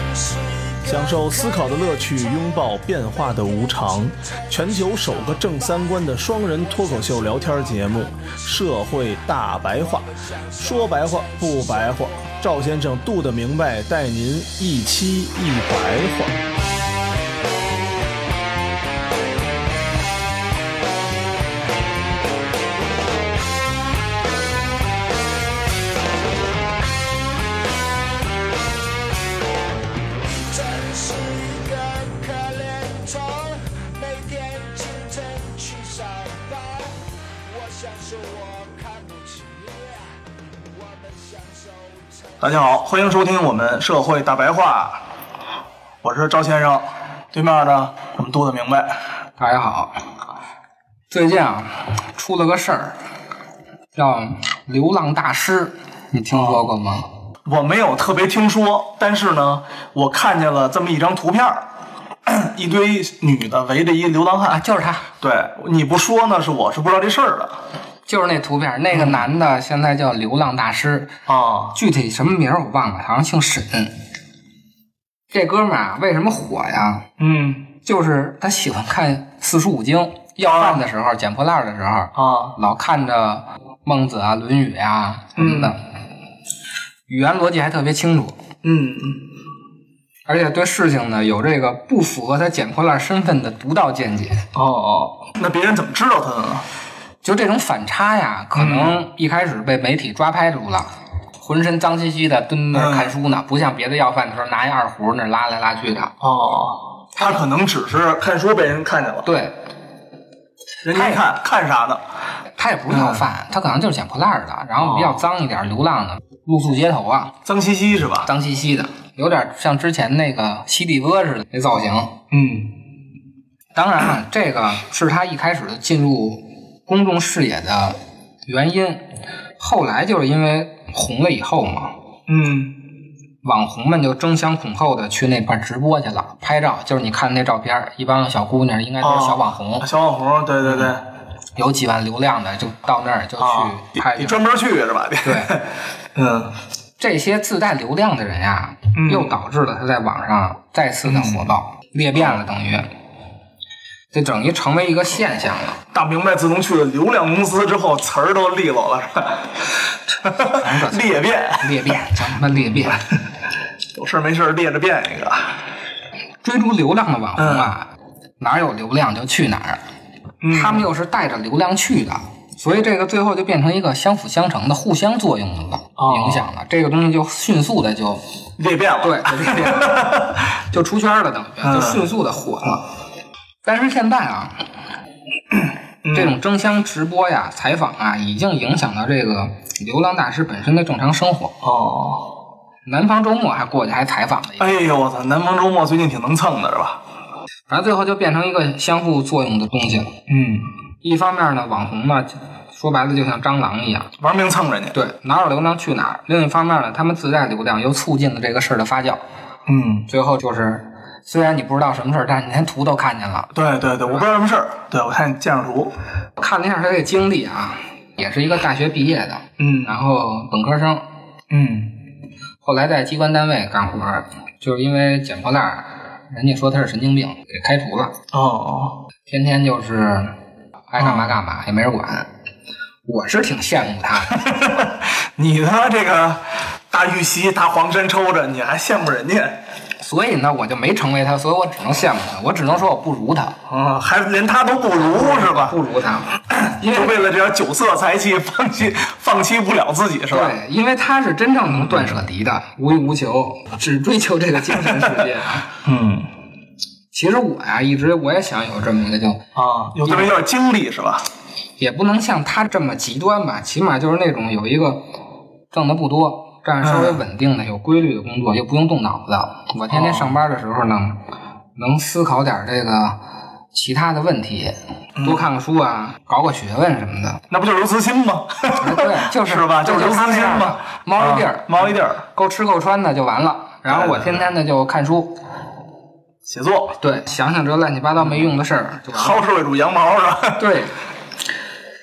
享受思考的乐趣，拥抱变化的无常。全球首个正三观的双人脱口秀聊天节目《社会大白话》，说白话不白话，赵先生度得明白，带您一期一白话。大家好，欢迎收听我们社会大白话，我是赵先生，对面呢我们度得明白。 大家好，最近出了个事儿，叫流浪大师，你听说过吗？ 我没有特别听说，但是呢我看见了这么一张图片，一堆女的围着一流浪汉， 就是他。 对，你不说呢我是不知道这事儿的。 就是那图片，那个男的现在叫流浪大师具体什么名我忘了，好像姓沈。这哥们儿为什么火呀？就是他喜欢看四书五经，要饭的时候、捡破烂的时候老看着孟子啊、论语啊什么的，语言逻辑还特别清楚。而且对事情呢有这个不符合他捡破烂身份的独到见解。 那别人怎么知道他的呢？ 就这种反差呀，可能一开始被媒体抓拍住了，浑身脏兮兮的蹲那儿看书呢，不像别的要饭的时候拿一二胡那拉来拉去的。 他可能只是看书被人看见了。 对， 人家看啥呢？ 他也不是要饭，他可能就是捡破烂的，然后比较脏一点，流浪的，露宿街头啊， 脏兮兮是吧？ 脏兮兮的，有点像之前那个西地哥似的那造型。当然这个是他一开始的进入公众视野的原因，后来就是因为红了以后嘛，网红们就争相恐后的去那边直播去了，拍照，就是你看那照片，一帮小姑娘应该都是小网红， 小网红，对对对， 有几万流量的就到那儿就去拍， 你专门去是吧？ 对，这些自带流量的人呀，又导致了他在网上再次的火爆，裂变了，等于。这等于成为一个现象了。 大明白自从去了流量公司之后，词儿都利落了，是吧？裂变， 叫什么裂变？ 有事没事裂着变一个。 追逐流量的网红哪有流量就去哪儿，他们又是带着流量去的，所以这个最后就变成一个相辅相成的、互相作用的影响了。这个东西就迅速的就裂变了， 对，裂变了，就出圈了，等于就迅速的火了。但是现在这种争相直播呀、采访已经影响到这个流浪大师本身的正常生活。南方周末还过去还采访了一个。 哎呦我操，南方周末最近挺能蹭的是吧？ 反正最后就变成一个相互作用的东西了。一方面呢，网红呢说白了就像蟑螂一样， 玩命蹭人家。 对，哪有流量去哪儿。另一方面呢，他们自带流量又促进了这个事儿的发酵。最后就是虽然你不知道什么事儿，但是你连图都看见了。对， 我不知道什么事儿。对，我看见上图， 看了一下他这个经历也是一个大学毕业的，然后本科生，后来在机关单位干活，就是因为捡破烂，人家说他是神经病，给开除了。天天就是爱干嘛干嘛，也没人管。我是挺羡慕他的。 你呢？这个大玉溪、大黄山抽着，你还羡慕人家？ 所以呢，我就没成为他，所以我只能羡慕他，我只能说我不如他。 还连他都不如是吧？ 不如他， 因为为了这点酒色财气，放弃不了自己是吧？ 对，因为他是真正能断舍离的，无欲无求，只追求这个精神世界。其实一直我也想有这么一个有这么一段经历是吧？ 也不能像他这么极端吧，起码就是那种有一个挣的不多，这样稍微稳定的、有规律的工作，又不用动脑子。我天天上班的时候呢，能思考点这个其他的问题，多看看书搞个学问什么的。 那不就是刘慈欣吗？ 对，就是吧？就是刘慈欣嘛， 猫一地儿，够吃够穿的就完了。然后我天天的就看书。 写作， 对，想想这乱七八糟没用的事儿，就好事为主羊毛是吧？ 对。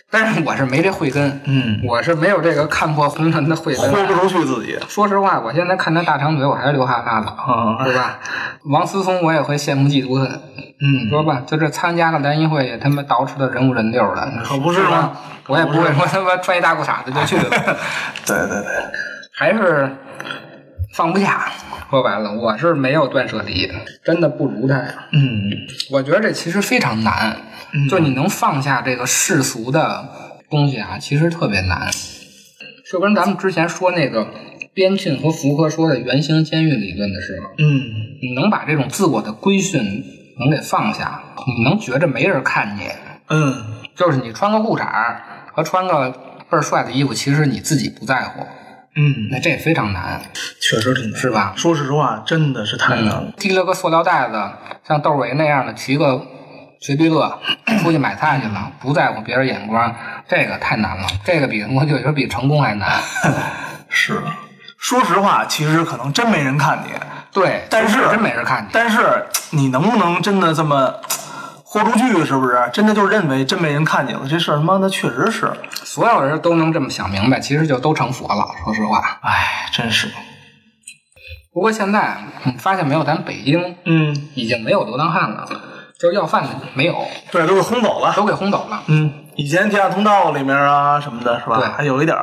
但是我是没这慧根，我是没有这个看破红尘的慧根， 豁不出去自己。 说实话，我现在看他大长腿，我还是流哈喇子，是吧？王思聪我也会羡慕嫉妒恨，说吧，就这参加了联谊会，也他妈捯饬的人五人六的， 可不是吗？ 我也不会说他妈穿一大裤衩子就去了。 对对对， 还是放不下。说白了，我是没有断舍离，真的不如他呀。我觉得这其实非常难，就你能放下这个世俗的东西啊，其实特别难。就跟咱们之前说那个边沁和福柯说的圆形监狱理论的时候，你能把这种自我的规训能给放下，你能觉着没人看你，就是你穿个裤衩和穿个倍儿帅的衣服，其实你自己不在乎。那这非常难， 确实挺难， 是吧？ 说实话，真的是太难了。 提了个塑料袋子，像窦唯那样的提个随必乐出去买菜去了，不在乎别人眼光，这个太难了。这个我觉得比成功还难。 是，说实话，其实可能真没人看你。 对， 但是真没人看你。 但是你能不能真的这么豁出去？是不是真的就认为真没人看你了？这事儿他妈的确实是， 所有人都能这么想明白，其实就都成佛了。说实话， 哎，真是。 不过现在你发现没有，咱北京已经没有流浪汉了，就是要饭的没有， 对，都给轰走了， 都给轰走了。 以前地下通道里面啊什么的，是吧？ 对， 还有一点。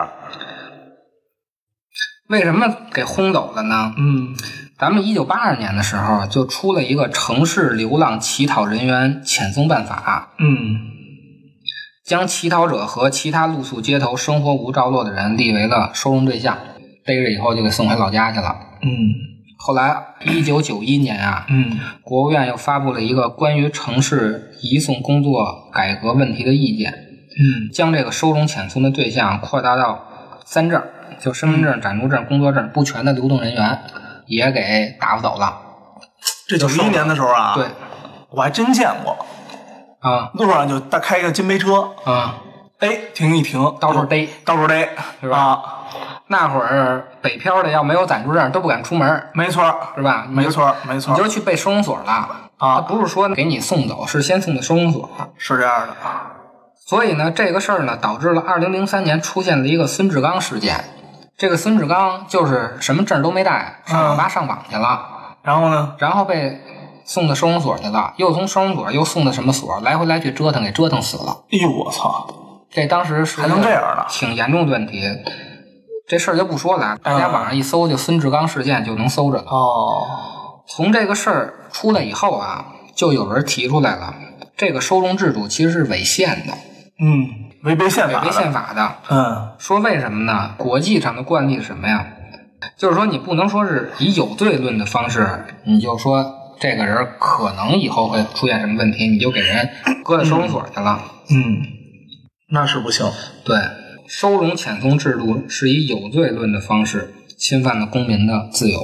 为什么给轰走了呢？咱们1982年的时候就出了一个城市流浪乞讨人员遣送办法，将乞讨者和其他露宿街头生活无着落的人列为了收容对象，逮着以后就给送回老家去了。后来1991年啊，国务院又发布了一个关于城市移送工作改革问题的意见，将这个收容遣送的对象扩大到3证，就身份证、暂住证、工作证不全的流动人员也给打发走了。 这91年的时候啊， 对， 我还真见过啊， 路上就开一个金杯车啊， 停一停， 到处逮，是吧？那会儿北漂的要没有暂住证都不敢出门， 没错， 是吧？ 没错， 你就去被收容所了啊！他不是说给你送走，是先送到收容所， 是这样的。 所以呢，这个事儿呢，导致了2003年出现了一个孙志刚事件。这个孙志刚就是什么证都没带，上网吧上网去了， 然后呢？ 然后被送到收容所去了，又从收容所又送到什么所，来回来去折腾，给折腾死了。 哎呦我操！ 这当时是还能这样的， 挺严重的问题。这事儿就不说了，大家网上一搜，就孙志刚事件就能搜着。从这个事儿出来以后啊，就有人提出来了，这个收容制度其实是违宪的。违背宪法的。说为什么呢？国际上的惯例是什么呀？就是说你不能说是以有罪论的方式，你就说这个人可能以后会出现什么问题，你就给人搁在收容所去了。 那是不行。 对，收容遣送制度是以有罪论的方式侵犯了公民的自由。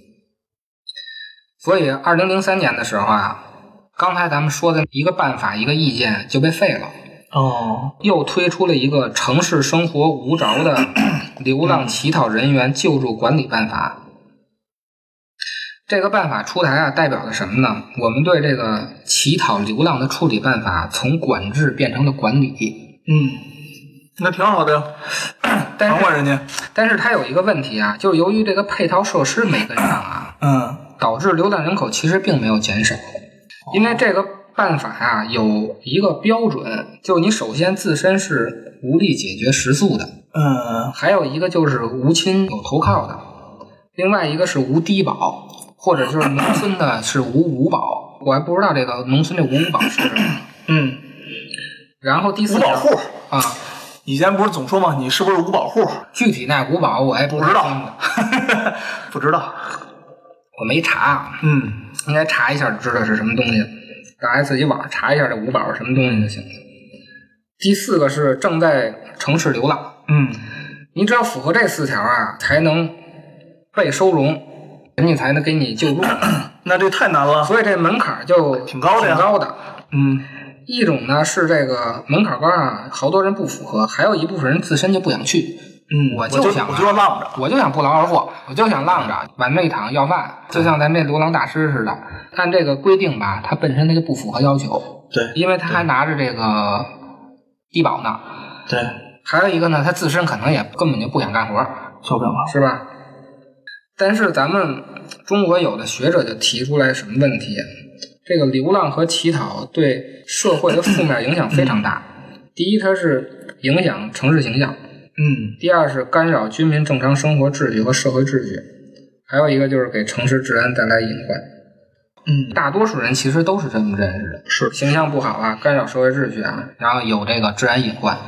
所以2003年的时候啊，刚才咱们说的一个办法一个意见就被废了。又推出了一个城市生活无着的流浪乞讨人员救助管理办法。这个办法出台啊，代表了什么呢？我们对这个乞讨流浪的处理办法从管制变成了管理。 那挺好的呀，管管人家。 但是它有一个问题啊，就是由于这个配套设施没跟上啊，导致流浪人口其实并没有减少。因为这个办法啊有一个标准，就是你首先自身是无力解决食宿的，还有一个就是无亲有投靠的，另外一个是无低保，或者就是农村的是无五保，我还不知道这个农村的无五保是什么。然后第四条无保户啊， 以前不是总说吗？你是不是无保户？ 具体那五保我还不知道，不知道， 我没查。应该查一下就知道是什么东西。大家自己网上查一下这五保是什么东西就行了。第四个是正在城市流浪。你只要符合这4条啊，才能被收容，人家才能给你救助。 那这太难了， 所以这门槛就挺高的呀。 一种呢是这个门槛高啊，好多人不符合，还有一部分人自身就不想去。我就想浪着， 我就想不劳而获，我就想浪着往那一躺要饭，就像咱这流浪大师似的。按这个规定吧，他本身他就不符合要求。 对， 因为他还拿着这个低保呢。 对， 还有一个呢，他自身可能也根本就不想干活， 小病了， 是吧？但是咱们中国有的学者就提出来什么问题？这个流浪和乞讨对社会的负面影响非常大。第一，它是影响城市形象；第二是干扰居民正常生活秩序和社会秩序；还有一个就是给城市治安带来隐患。大多数人其实都是这么认识的， 是形象不好啊，干扰社会秩序啊，然后有这个治安隐患。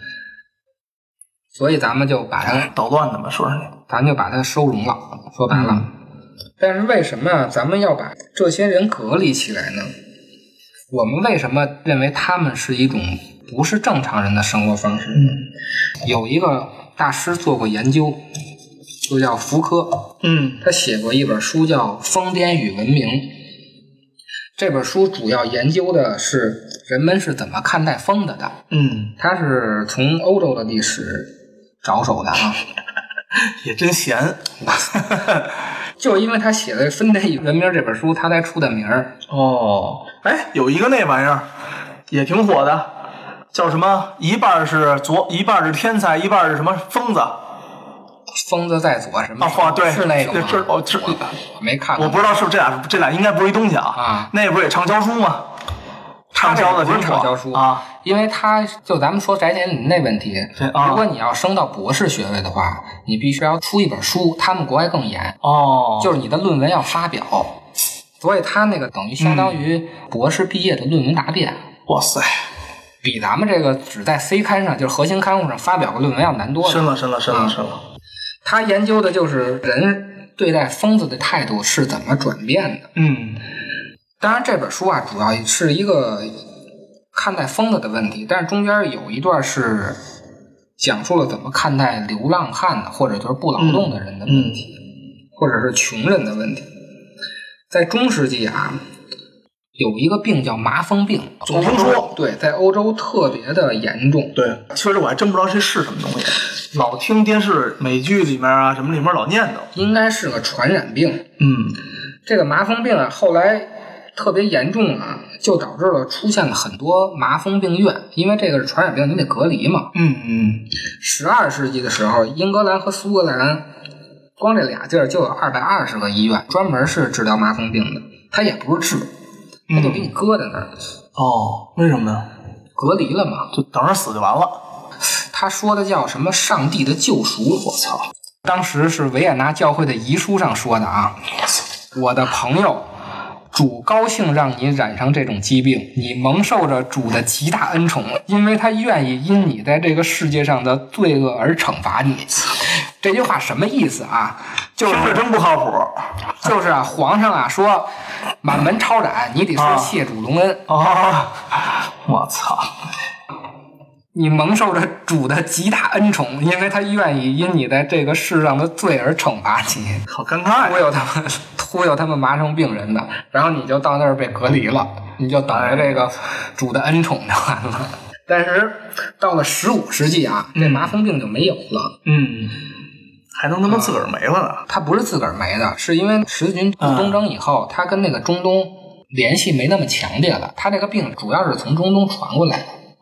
所以咱们就把它捣乱的嘛，说是咱就把它收容了，说白了。但是为什么咱们要把这些人隔离起来呢？我们为什么认为他们是一种不是正常人的生活方式？有一个大师做过研究，就叫福柯。他写过一本书叫《疯癫与文明》。这本书主要研究的是人们是怎么看待疯的。他是从欧洲的历史着手的啊。 也真闲。 就因为他写的《疯癫与文明》这本书，他才出的名儿。 有一个那玩意儿也挺火的，叫什么？一半是天才，一半是什么疯子？ 疯子在左什么？ 对， 是那个吗？ 我没看过， 我不知道是不是这俩应该不是一东西啊。那不是也畅销书吗？畅销的不是畅销书啊， 因为他就咱们说翟天临那问题，如果你要升到博士学位的话，你必须要出一本书，他们国外更严就是你的论文要发表，所以他那个等于相当于博士毕业的论文答辩。 哇塞， 比咱们这个只在 C 刊上，就是核心刊物上发表个论文要难多了。 深了。 他研究的就是人对待疯子的态度是怎么转变的。当然这本书啊，主要是一个看待疯子的问题，但是中间有一段是讲述了怎么看待流浪汉的，或者就是不劳动的人的问题，或者是穷人的问题。在中世纪啊，有一个病叫麻风病， 总听说， 对，在欧洲特别的严重。 对，确实我还真不知道这是什么东西，老听电视美剧里面啊什么里面老念叨， 应该是个传染病。这个麻风病啊，后来特别严重啊，就导致了出现了很多麻风病院，因为这个是传染病，你得隔离嘛。12世纪的时候，英格兰和苏格兰光这俩地儿就有220个医院，专门是治疗麻风病的。他也不是治，他就给你搁在那儿。 为什么呢？ 隔离了嘛， 就等着死就完了。 他说的叫什么上帝的救赎，我操！当时是维也纳教会的遗书上说的啊，我的朋友，主高兴让你染上这种疾病，你蒙受着主的极大恩宠，因为他愿意因你在这个世界上的罪恶而惩罚你。这句话什么意思啊？就是真不靠谱。 就是啊，皇上啊说满门抄斩，你得说谢主隆恩。 我操！ 你蒙受着主的极大恩宠，因为他愿意因你在这个世上的罪而惩罚你。 好尴尬呀！ 忽悠他们麻风病人的，然后你就到那儿被隔离了，你就等着这个主的恩宠就完了。但是到了15世纪啊，这麻风病就没有了。 还能他妈自个儿没了呢？ 他不是自个儿没的，是因为十字军东征以后，他跟那个中东联系没那么强烈了。他这个病主要是从中东传过来的。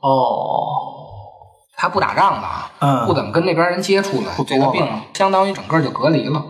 他不打仗了，不怎么跟那边人接触了，这个病相当于整个就隔离了。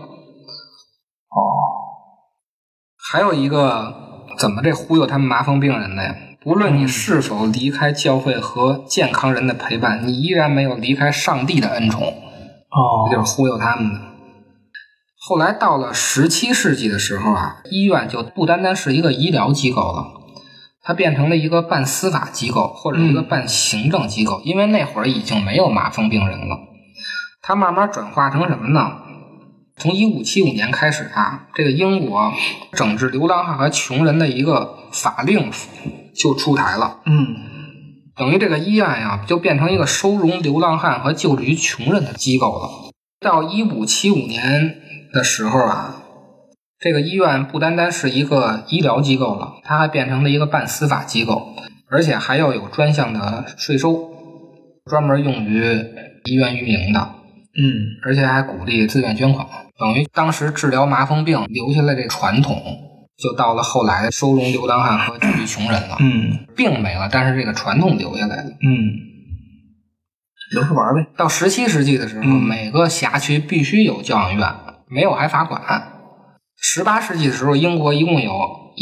还有一个怎么这忽悠他们麻风病人的呀？无论你是否离开教会和健康人的陪伴，你依然没有离开上帝的恩宠。这就是忽悠他们的。后来到了17世纪的时候啊，医院就不单单是一个医疗机构了，它变成了一个半司法机构或者一个半行政机构，因为那会儿已经没有麻风病人了。它慢慢转化成什么呢？从1575年开始啊，这个英国整治流浪汉和穷人的一个法令就出台了。等于这个医院呀，就变成一个收容流浪汉和救治于穷人的机构了。到1575年的时候啊，这个医院不单单是一个医疗机构了，它还变成了一个半司法机构，而且还要有专项的税收，专门用于医院运营的。而且还鼓励自愿捐款，等于当时治疗麻风病留下来这传统，就到了后来收容流浪汉和救济穷人了。病没了，但是这个传统留下来了。 留着玩呗。 到17世纪的时候，每个辖区必须有教养院，没有还罚款。18世纪的时候，英国一共有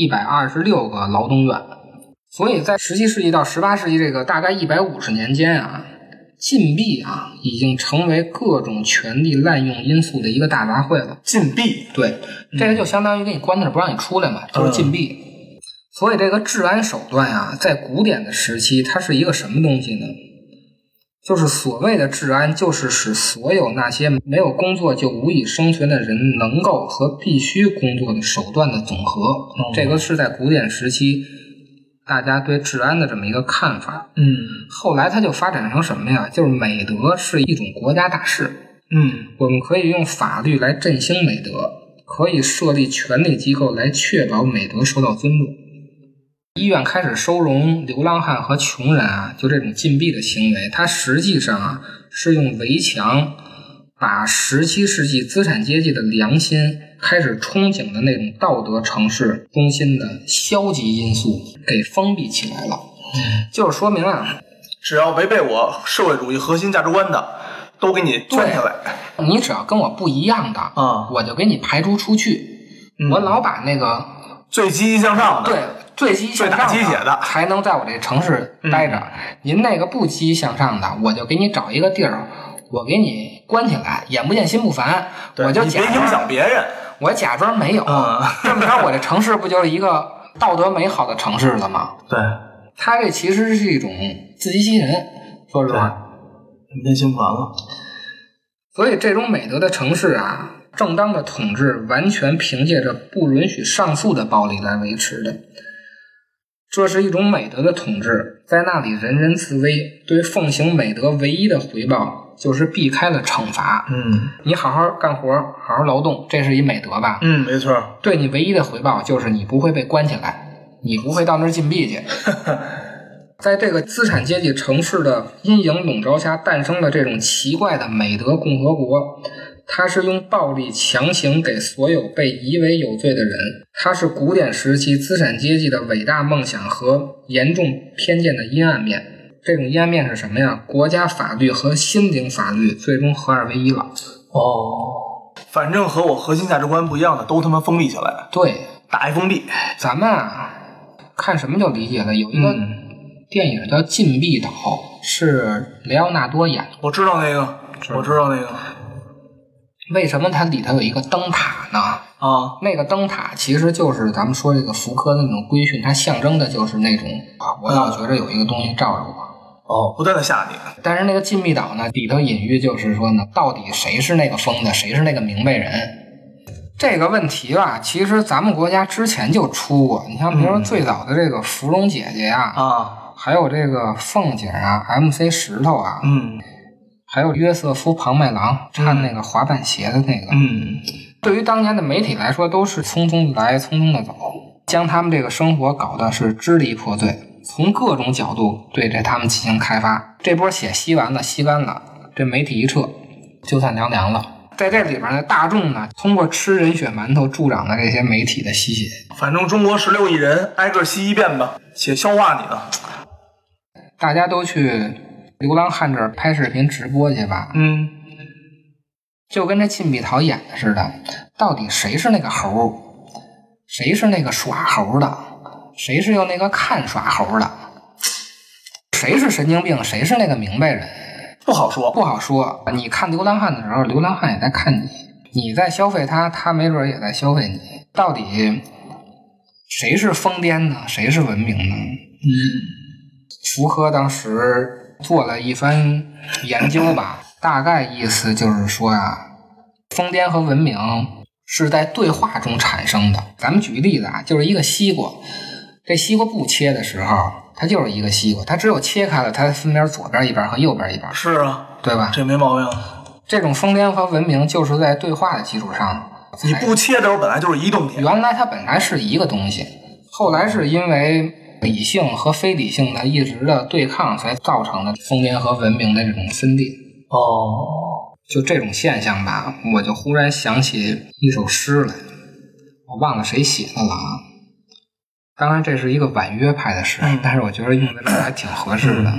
126个劳动院。所以在17世纪到18世纪这个大概150年间啊，禁闭啊已经成为各种权力滥用因素的一个大杂烩了。 禁闭， 对，这个就相当于给你关在这不让你出来嘛，就是禁闭。所以这个治安手段啊，在古典的时期，它是一个什么东西呢？就是所谓的治安，就是使所有那些没有工作就无以生存的人能够和必须工作的手段的总和。这个是在古典时期大家对治安的这么一个看法。后来它就发展成什么呀？就是美德是一种国家大事。我们可以用法律来振兴美德，可以设立权力机构来确保美德受到尊重。医院开始收容流浪汉和穷人啊，就这种禁闭的行为，它实际上啊是用围墙把17世纪资产阶级的良心开始憧憬的那种道德城市中心的消极因素给封闭起来了。就是说明啊， 只要违背我社会主义核心价值观的，都给你钻下来。 你只要跟我不一样的我就给你排除出去。我老把那个最积极向上的， 对，最积极向上的才能在我这城市待着。您那个不积极向上的，我就给你找一个地儿，我给你关起来，眼不见心不烦。我就假装别影响别人， 我假装没有。这么着，我这城市不就是一个道德美好的城市了吗？ 对， 他这其实是一种自欺欺人，说实话， 眼不见心不烦了。 所以这种美德的城市啊，正当的统治完全凭借着不允许上诉的暴力来维持的。这是一种美德的统治，在那里人人自危，对奉行美德唯一的回报就是避开了惩罚。你好好干活，好好劳动，这是一美德吧？ 没错。 对你唯一的回报就是你不会被关起来，你不会到那儿禁闭去。在这个资产阶级城市的阴影笼罩下诞生了这种奇怪的美德共和国，它是用暴力强行给所有被疑为有罪的人，它是古典时期资产阶级的伟大梦想和严重偏见的阴暗面。这种阴暗面是什么呀？国家法律和心灵法律最终合二为一了。 反正和我核心价值观不一样的都他妈封闭起来。 对， 打一封闭。 咱们啊看什么就理解了，有一个电影叫《禁闭岛》，是雷奥纳多演的。 我知道那个，我知道那个。 为什么它里头有一个灯塔呢？那个灯塔其实就是咱们说这个福柯的那种规训，它象征的就是那种我老觉着有一个东西罩着我。 不断的吓你。 但是那个禁闭岛呢，里头隐喻就是说呢，到底谁是那个疯子，谁是那个明白人？这个问题吧，其实咱们国家之前就出过。你像比如说最早的这个芙蓉姐姐呀，还有这个凤姐啊 ，MC 石头啊，还有约瑟夫庞麦郎穿那个滑板鞋的那个，对于当年的媒体来说，都是匆匆的来，匆匆的走，将他们这个生活搞得是支离破碎，从各种角度对这他们进行开发。这波血吸完了，吸干了，这媒体一撤，就算凉凉了。在这里边呢，大众呢通过吃人血馒头助长了这些媒体的吸血。 反正中国16亿人，挨个吸一遍吧，且消化你呢。 大家都去流浪汉这儿拍视频直播去吧。就跟这禁闭岛演的似的，到底谁是那个猴，谁是那个耍猴的，谁是又那个看耍猴的，谁是神经病，谁是那个明白人， 不好说， 不好说。你看流浪汉的时候，流浪汉也在看你，你在消费他，他没准也在消费你。到底谁是疯癫呢？谁是文明呢？福柯当时做了一番研究吧，大概意思就是说呀，疯癫和文明是在对话中产生的。咱们举个例子啊，就是一个西瓜，这西瓜不切的时候，它就是一个西瓜，它只有切开了，它分别左边一边和右边一边。 是啊， 对吧？ 这没毛病。 这种疯癫和文明就是在对话的基础上。 你不切的时候本来就是移动体， 原来它本来是一个东西，后来是因为理性和非理性的一直的对抗，才造成了疯癫和文明的这种分裂。就这种现象吧，我就忽然想起一首诗来，我忘了谁写的了啊。当然这是一个婉约派的诗，但是我觉得用在这儿还挺合适的。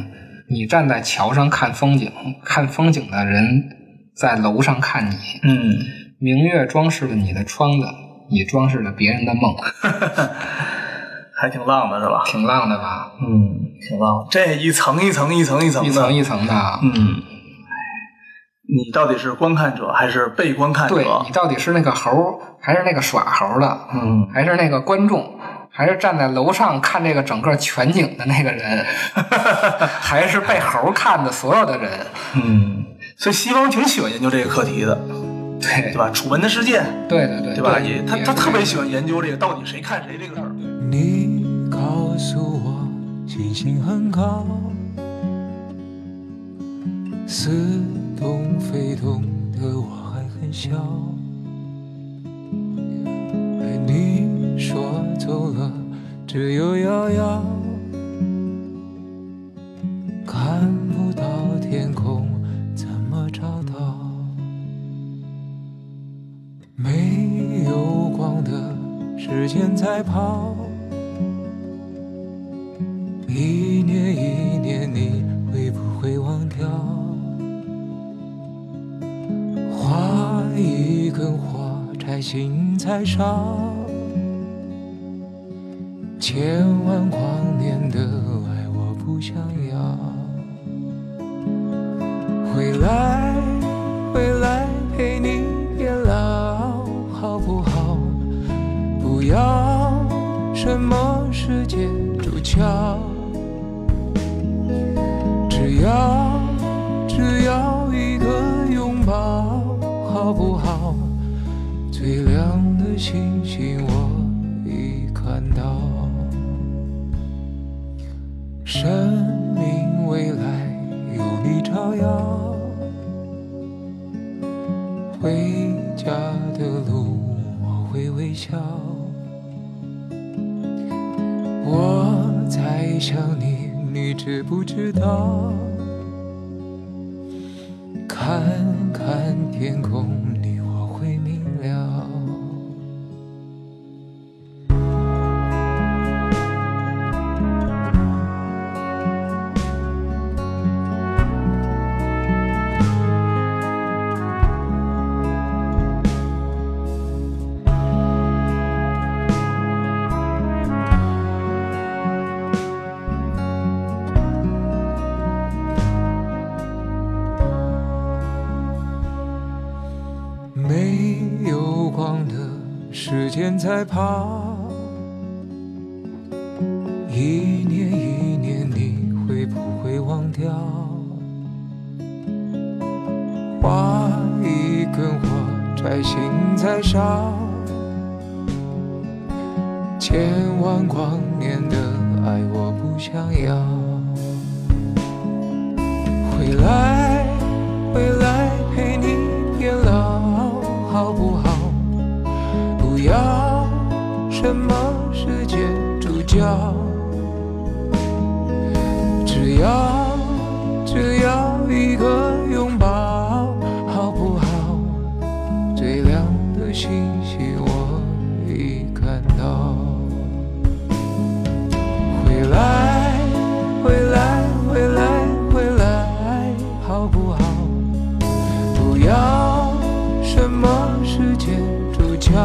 你站在桥上看风景，看风景的人在楼上看你。明月装饰了你的窗子，你装饰了别人的梦。 还挺浪的是吧？ 挺浪的吧？ 挺浪。这一层一层的，你到底是观看者还是被观看者？ 对，你到底是那个猴还是那个耍猴的？还是那个观众，还是站在楼上看这个整个全景的那个人，还是被猴看的所有的人？ 所以西方挺喜欢研究这个课题的，对吧？楚门的世界， 对， 对吧？他特别喜欢研究这个到底谁看谁这个事儿。 你告诉我星星很高，似懂非懂的我还很小，而你说走了只有遥遥，看不到天空怎么找到，没有光的时间在跑，一年一年你会不会忘掉，花一根火柴心才烧，千万光年的爱我不想要，回来回来陪你变老好不好，不要什么世界主角，只要一个拥抱好不好，最亮的星星我已看到，生命未来有你照耀，回家的路我会微笑，我在想你，你知不知道，看看天空，你我会明了。没有光的时间在跑，一年一年你会不会忘掉，画一根火柴心在烧，千万光年的爱我不想要，回来回来陪你变老好不好，不要什么世界主角，只要一个拥抱好不好，最亮的星星我已看到，回来回来回来回来好不好，不要什么世界主角，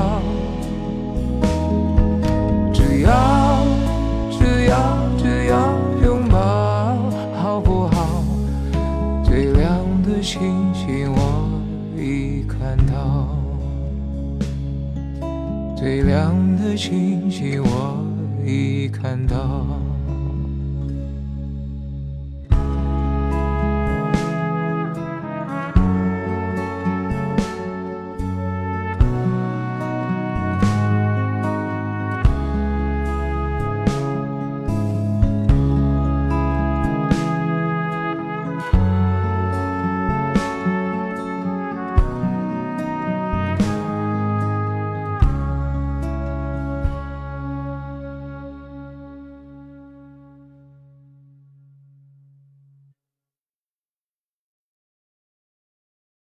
只要拥抱好不好，最亮的星星我已看到，最亮的星星我已看到。